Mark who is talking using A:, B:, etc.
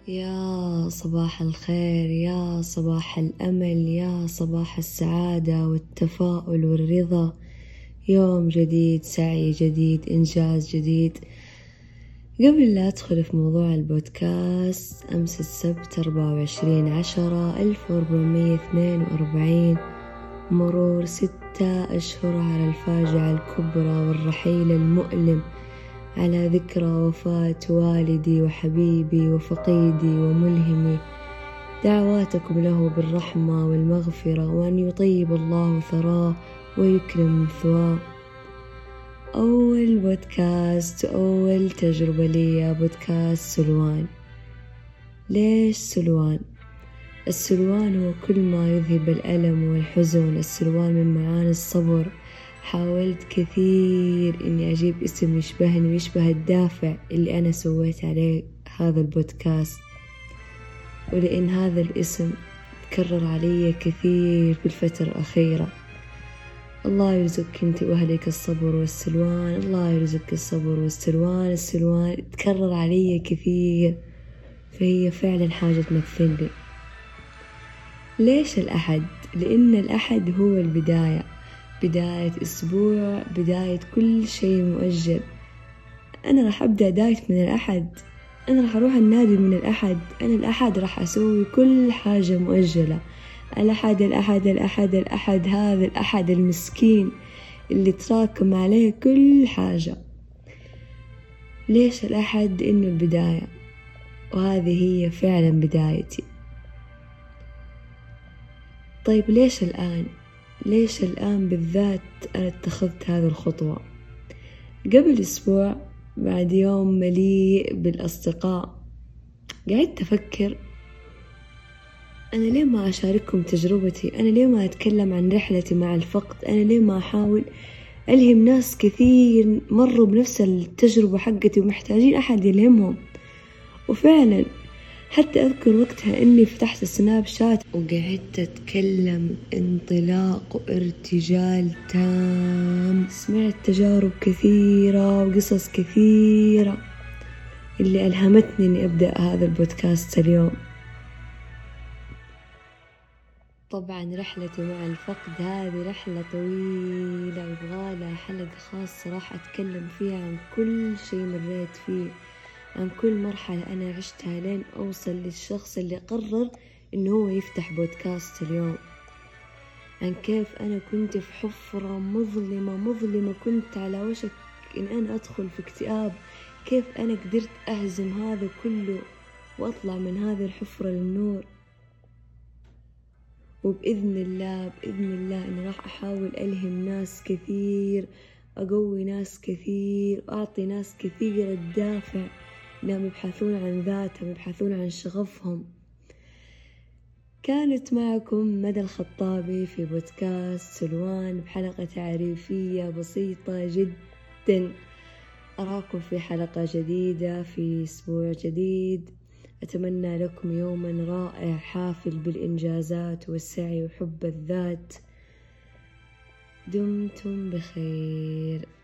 A: يا صباح الخير، يا صباح الأمل، يا صباح السعادة والتفاؤل والرضا. يوم جديد، سعي جديد، إنجاز جديد. قبل لا أدخل في موضوع البودكاست، أمس السبت 24/10/1442، مرور 6 أشهر على الفاجعة الكبرى والرحيل المؤلم، على ذكرى وفاة والدي وحبيبي وفقيدي وملهمي. دعواتكم له بالرحمة والمغفرة، وأن يطيب الله ثراه ويكرم مثواه. أول بودكاست، أول تجربة لي بودكاست سلوان. ليش سلوان؟ السلوان هو كل ما يذهب الألم والحزن. السلوان من معاني الصبر. حاولت كثير إني أجيب اسم يشبهني ويشبه الدافع اللي أنا سويت عليه هذا البودكاست، ولأن هذا الاسم تكرر علي كثير في الفترة الأخيرة. الله يرزقك أنت وأهلك الصبر والسلوان، الله يرزقك الصبر والسلوان. السلوان تكرر علي كثير، فهي فعلا حاجة تمثلني. ليش الأحد؟ لأن الأحد هو البداية، بداية أسبوع، بداية كل شيء مؤجل. أنا راح أبدأ دايت من الأحد، أنا راح أروح النادي من الأحد، أنا الأحد راح أسوي كل حاجة مؤجلة. الأحد الأحد الأحد الأحد، هذا الأحد المسكين اللي تراكم عليه كل حاجة. ليش الأحد؟ إنه البداية، وهذه هي فعلا بدايتي. طيب ليش الآن؟ ليش الآن بالذات أنا اتخذت هذه الخطوة؟ قبل أسبوع، بعد يوم مليء بالأصدقاء، قعدت أفكر أنا ليه ما أشارككم تجربتي؟ أنا ليه ما أتكلم عن رحلتي مع الفقد؟ أنا ليه ما أحاول ألهم ناس كثير مروا بنفس التجربة حقتي ومحتاجين أحد يلهمهم؟ وفعلا حتى أذكر وقتها أني فتحت السناب شات وقعدت أتكلم انطلاق وارتجال تام. سمعت تجارب كثيرة وقصص كثيرة اللي ألهمتني أني أبدأ هذا البودكاست اليوم. طبعا رحلتي مع الفقد هذه رحلة طويلة، يبغالها حلقة خاصة راح أتكلم فيها عن كل شيء مريت فيه، عن كل مرحلة أنا عشتها لين أوصل للشخص اللي قرر إنه هو يفتح بودكاست اليوم. عن كيف أنا كنت في حفرة مظلمة، كنت على وشك إن أنا أدخل في اكتئاب. كيف أنا قدرت أهزم هذا كله وأطلع من هذه الحفرة للنور. وبإذن الله أنا راح أحاول ألهم ناس كثير، أقوي ناس كثير، أعطي ناس كثير الدافع إنهم يبحثون عن ذاتهم، يبحثون عن شغفهم. كانت معكم مدى الخطابي في بودكاست سلوان، بحلقة تعريفية بسيطة جدا. أراكم في حلقة جديدة في أسبوع جديد. أتمنى لكم يوما رائع حافل بالإنجازات والسعي وحب الذات. دمتم بخير.